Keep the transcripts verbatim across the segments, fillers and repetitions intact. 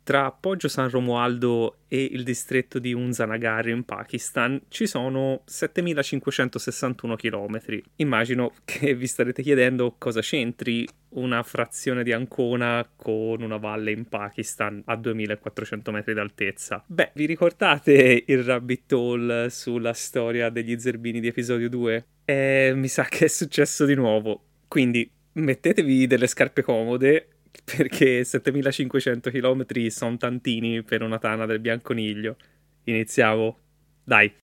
Tra Poggio San Romualdo e il distretto di Unzanagar in Pakistan ci sono settemilacinquecentosessantuno chilometri. Immagino che vi starete chiedendo cosa c'entri una frazione di Ancona con una valle in Pakistan a duemilaquattrocento metri d'altezza. Beh, vi ricordate il rabbit hole sulla storia degli zerbini di episodio due? Eh, mi sa che è successo di nuovo. Quindi mettetevi delle scarpe comode, perché settemilacinquecento chilometri sono tantini per una tana del bianconiglio. Iniziamo? Dai!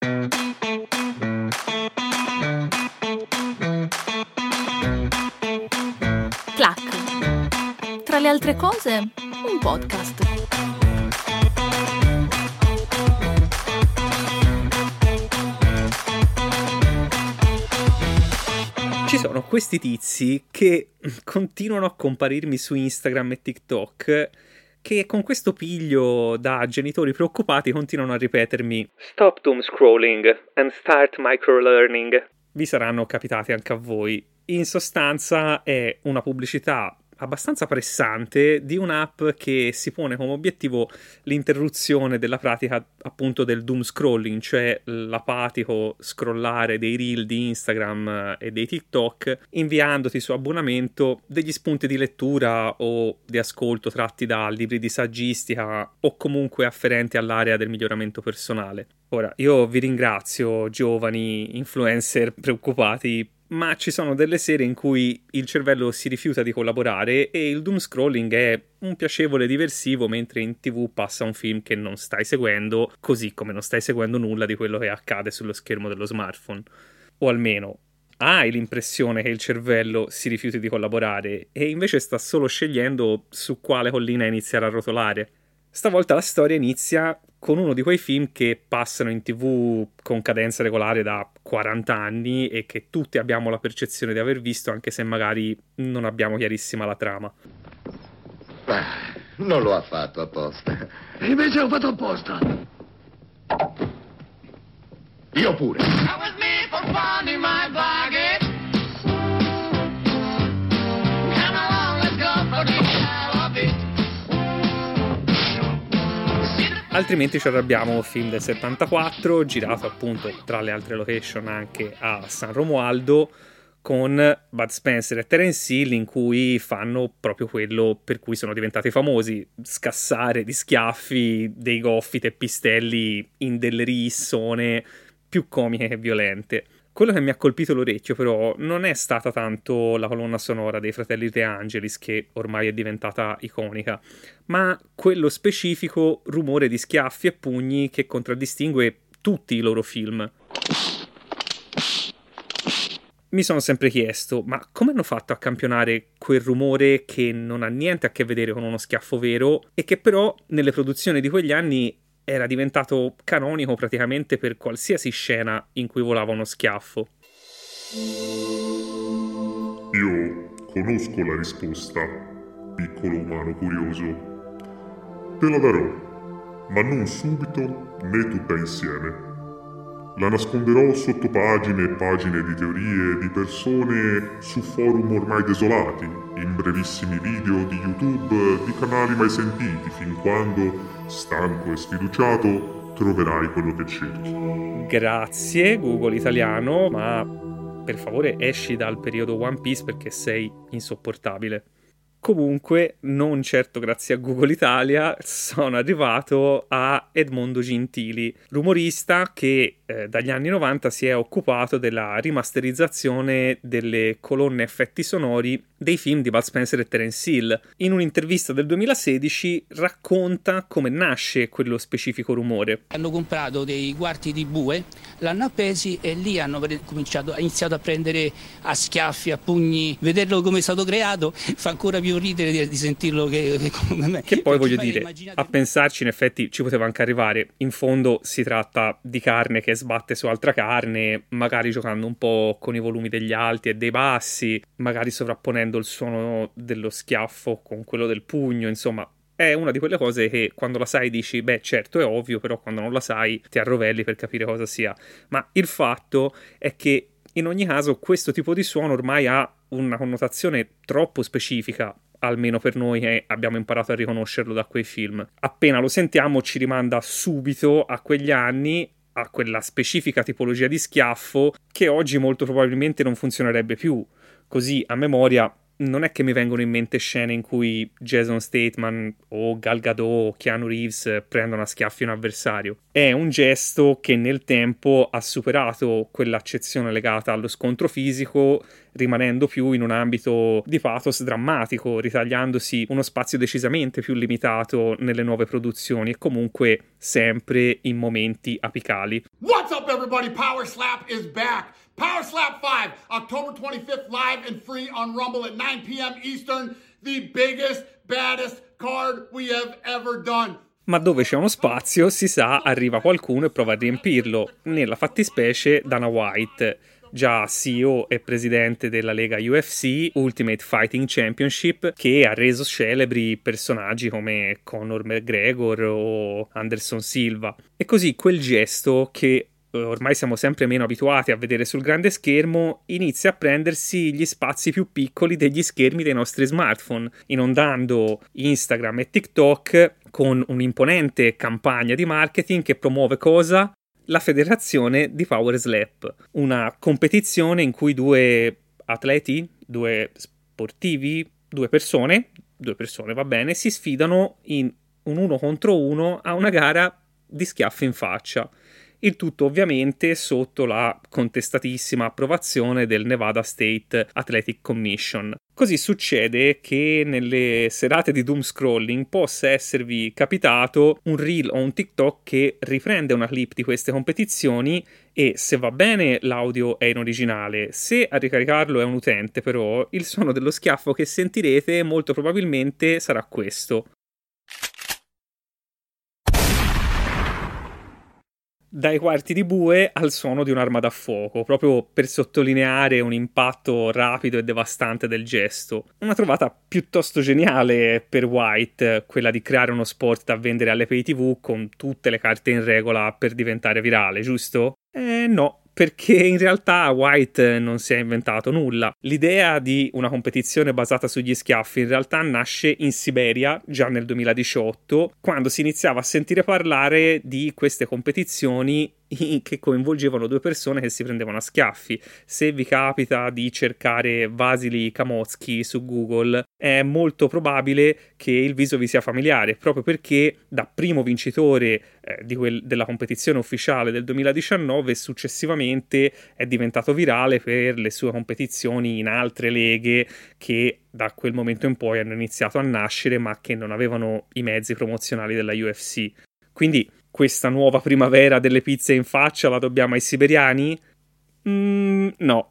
Clac. Tra le altre cose, un podcast. Ci sono questi tizi che continuano a comparirmi su Instagram e TikTok, che con questo piglio da genitori preoccupati continuano a ripetermi "Stop doom scrolling and start microlearning". Vi saranno capitati anche a voi. In sostanza è una pubblicità abbastanza pressante di un'app che si pone come obiettivo l'interruzione della pratica appunto del doom scrolling, cioè l'apatico scrollare dei reel di Instagram e dei TikTok, inviandoti su abbonamento degli spunti di lettura o di ascolto tratti da libri di saggistica o comunque afferenti all'area del miglioramento personale. Ora, io vi ringrazio, giovani influencer preoccupati, ma ci sono delle sere in cui il cervello si rifiuta di collaborare e il doom scrolling è un piacevole diversivo mentre in tv passa un film che non stai seguendo, così come non stai seguendo nulla di quello che accade sullo schermo dello smartphone. O almeno hai l'impressione che il cervello si rifiuti di collaborare e invece sta solo scegliendo su quale collina iniziare a rotolare. Stavolta la storia inizia con uno di quei film che passano in tv con cadenza regolare da quaranta anni e che tutti abbiamo la percezione di aver visto, anche se magari non abbiamo chiarissima la trama. Ah, non lo ha fatto apposta. Invece ho fatto apposta. Io pure. That was me for fun in my pocket. Come along, let's go for the hell of it. Altrimenti ci arrabbiamo film del settantaquattro, girato appunto tra le altre location anche a San Romualdo, con Bud Spencer e Terence Hill, in cui fanno proprio quello per cui sono diventati famosi: scassare di schiaffi dei goffi teppistelli in delle rissone più comiche che violente. Quello che mi ha colpito l'orecchio però non è stata tanto la colonna sonora dei Fratelli De Angelis, che ormai è diventata iconica, ma quello specifico rumore di schiaffi e pugni che contraddistingue tutti i loro film. Mi sono sempre chiesto, ma come hanno fatto a campionare quel rumore che non ha niente a che vedere con uno schiaffo vero e che però nelle produzioni di quegli anni era diventato canonico praticamente per qualsiasi scena in cui volava uno schiaffo? Io conosco la risposta, piccolo umano curioso. Te la darò, ma non subito né tutta insieme. La nasconderò sotto pagine e pagine di teorie di persone su forum ormai desolati, in brevissimi video di YouTube di canali mai sentiti, fin quando, stanco e sfiduciato, troverai quello che cerchi. Grazie, Google italiano, ma per favore esci dal periodo One Piece perché sei insopportabile. Comunque, non certo grazie a Google Italia, sono arrivato a Edmondo Gentili, rumorista che eh, dagli anni novanta si è occupato della rimasterizzazione delle colonne effetti sonori dei film di Bud Spencer e Terence Hill. In un'intervista del duemilasedici racconta come nasce quello specifico rumore. Hanno comprato dei quarti di bue, l'hanno appesi e lì hanno cominciato, ha iniziato a prendere a schiaffi, a pugni. Vederlo come è stato creato fa ancora più ridere di, di sentirlo che, che come me. Che poi Perché voglio dire, immaginate... a pensarci in effetti ci poteva anche arrivare. In fondo si tratta di carne che sbatte su altra carne, magari giocando un po' con i volumi degli alti e dei bassi, magari sovrapponendo il suono dello schiaffo con quello del pugno, insomma. È una di quelle cose che quando la sai dici, beh certo è ovvio, però quando non la sai ti arrovelli per capire cosa sia. Ma il fatto è che in ogni caso questo tipo di suono ormai ha una connotazione troppo specifica, almeno per noi che abbiamo imparato a riconoscerlo da quei film. Appena lo sentiamo ci rimanda subito a quegli anni, a quella specifica tipologia di schiaffo che oggi molto probabilmente non funzionerebbe più. Così a memoria non è che mi vengono in mente scene in cui Jason Statham o Gal Gadot o Keanu Reeves prendono a schiaffi un avversario. È un gesto che nel tempo ha superato quell'accezione legata allo scontro fisico, rimanendo più in un ambito di pathos drammatico, ritagliandosi uno spazio decisamente più limitato nelle nuove produzioni e comunque sempre in momenti apicali. What's up everybody? Power Slap is back! Power Slap five, October twenty-fifth, live and free on Rumble at nine p.m. Eastern. The biggest, baddest card we have ever done. Ma dove c'è uno spazio, si sa, arriva qualcuno e prova a riempirlo. Nella fattispecie Dana White, già C E O e presidente della lega U F C, Ultimate Fighting Championship, che ha reso celebri personaggi come Conor McGregor o Anderson Silva. E così quel gesto che ormai siamo sempre meno abituati a vedere sul grande schermo, inizia a prendersi gli spazi più piccoli degli schermi dei nostri smartphone, inondando Instagram e TikTok con un'imponente campagna di marketing che promuove cosa? La federazione di Power Slap, una competizione in cui due atleti, due sportivi, due persone, due persone va bene, si sfidano in un uno contro uno a una gara di schiaffi in faccia. Il tutto ovviamente sotto la contestatissima approvazione del Nevada State Athletic Commission. Così succede che nelle serate di doom scrolling possa esservi capitato un reel o un TikTok che riprende una clip di queste competizioni e, se va bene, l'audio è in originale. Se a ricaricarlo è un utente, però, il suono dello schiaffo che sentirete molto probabilmente sarà questo. Dai quarti di bue al suono di un'arma da fuoco, proprio per sottolineare un impatto rapido e devastante del gesto. Una trovata piuttosto geniale per White, quella di creare uno sport da vendere alle pay tivù con tutte le carte in regola per diventare virale, giusto? Eh no, perché in realtà White non si è inventato nulla. L'idea di una competizione basata sugli schiaffi in realtà nasce in Siberia già nel duemiladiciotto, quando si iniziava a sentire parlare di queste competizioni che coinvolgevano due persone che si prendevano a schiaffi. Se vi capita di cercare Vasily Kamotskyi su Google, è molto probabile che il viso vi sia familiare, proprio perché da primo vincitore eh, di quel, della competizione ufficiale del duemiladiciannove successivamente è diventato virale per le sue competizioni in altre leghe che da quel momento in poi hanno iniziato a nascere ma che non avevano i mezzi promozionali della U F C. Quindi questa nuova primavera delle pizze in faccia la dobbiamo ai siberiani? Mm, no.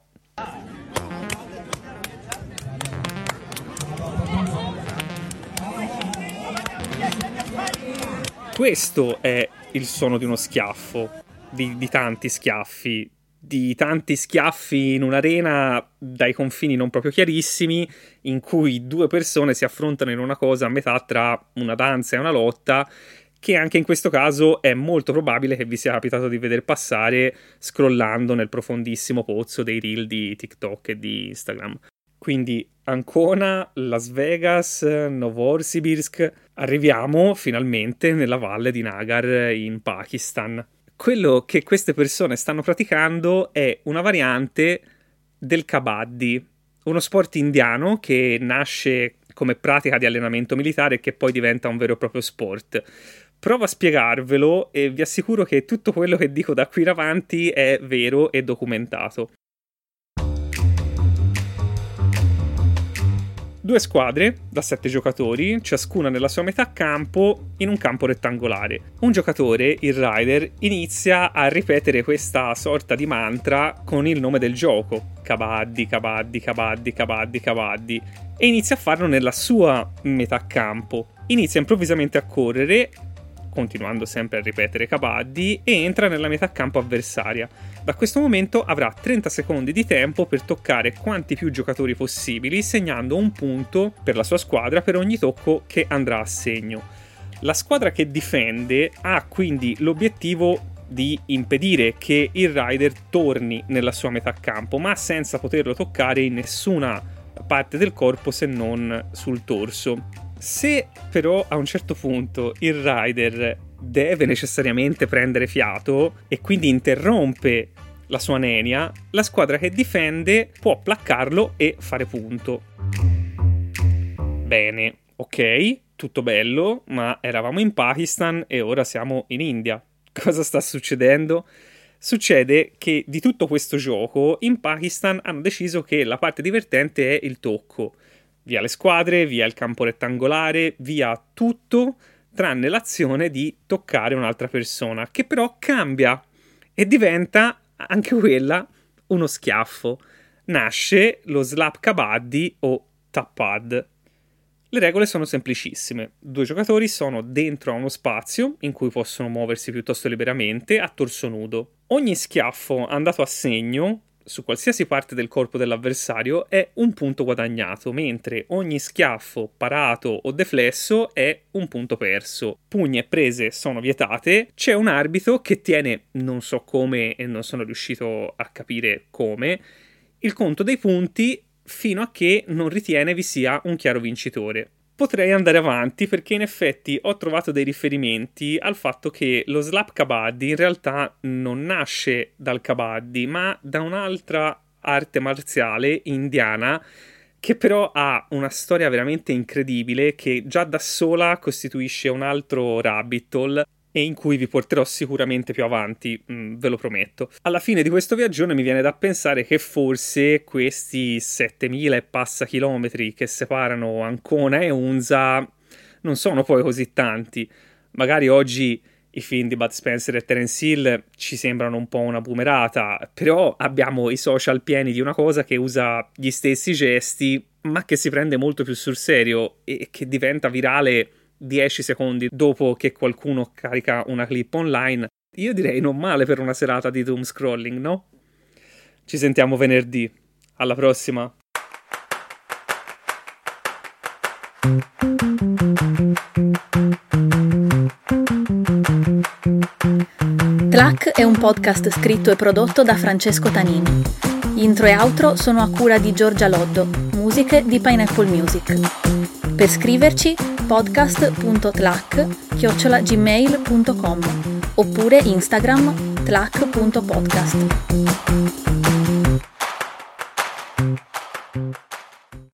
Questo è il suono di uno schiaffo, di, di tanti schiaffi, di tanti schiaffi in un'arena dai confini non proprio chiarissimi, in cui due persone si affrontano in una cosa a metà tra una danza e una lotta, che anche in questo caso è molto probabile che vi sia capitato di veder passare scrollando nel profondissimo pozzo dei reel di TikTok e di Instagram. Quindi Ancona, Las Vegas, Novosibirsk, arriviamo finalmente nella valle di Nagar in Pakistan. Quello che queste persone stanno praticando è una variante del kabaddi, uno sport indiano che nasce come pratica di allenamento militare e che poi diventa un vero e proprio sport. Provo a spiegarvelo e vi assicuro che tutto quello che dico da qui in avanti è vero e documentato. Due squadre da sette giocatori, ciascuna nella sua metà campo, in un campo rettangolare. Un giocatore, il rider, inizia a ripetere questa sorta di mantra con il nome del gioco. Kabaddi, kabaddi, kabaddi, kabaddi, kabaddi. E inizia a farlo nella sua metà campo. Inizia improvvisamente a correre, continuando sempre a ripetere kabaddi, e entra nella metà campo avversaria. Da questo momento avrà trenta secondi di tempo per toccare quanti più giocatori possibili, segnando un punto per la sua squadra per ogni tocco che andrà a segno. La squadra che difende ha quindi l'obiettivo di impedire che il rider torni nella sua metà campo, ma senza poterlo toccare in nessuna parte del corpo se non sul torso. Se però a un certo punto il rider deve necessariamente prendere fiato e quindi interrompe la sua nenia, la squadra che difende può placcarlo e fare punto. Bene, ok, tutto bello, ma eravamo in Pakistan e ora siamo in India. Cosa sta succedendo? Succede che di tutto questo gioco in Pakistan hanno deciso che la parte divertente è il tocco. Via le squadre, via il campo rettangolare, via tutto, tranne l'azione di toccare un'altra persona, che però cambia e diventa anche quella uno schiaffo. Nasce lo slap kabaddi o tappad. Le regole sono semplicissime. Due giocatori sono dentro a uno spazio in cui possono muoversi piuttosto liberamente a torso nudo. Ogni schiaffo andato a segno su qualsiasi parte del corpo dell'avversario è un punto guadagnato, mentre ogni schiaffo parato o deflesso è un punto perso. Pugni e prese sono vietate, c'è un arbitro che tiene, non so come e non sono riuscito a capire come, il conto dei punti fino a che non ritiene vi sia un chiaro vincitore. Potrei andare avanti perché in effetti ho trovato dei riferimenti al fatto che lo slap kabaddi in realtà non nasce dal kabaddi, ma da un'altra arte marziale indiana che però ha una storia veramente incredibile che già da sola costituisce un altro rabbit hole e in cui vi porterò sicuramente più avanti, mh, ve lo prometto. Alla fine di questo viaggione mi viene da pensare che forse questi settemila e passa chilometri che separano Ancona e Hunza non sono poi così tanti. Magari oggi i film di Bud Spencer e Terence Hill ci sembrano un po' una boomerata, però abbiamo i social pieni di una cosa che usa gli stessi gesti, ma che si prende molto più sul serio e che diventa virale dieci secondi dopo che qualcuno carica una clip online. Io direi non male per una serata di doom scrolling, no? Ci sentiamo venerdì. Alla prossima. Tlac è un podcast scritto e prodotto da Francesco Tanini. Intro e outro sono a cura di Giorgia Loddo, musiche di Pineapple Music. Per scriverci podcast punto tlac chiocciola gmail punto com oppure Instagram tlac punto podcast.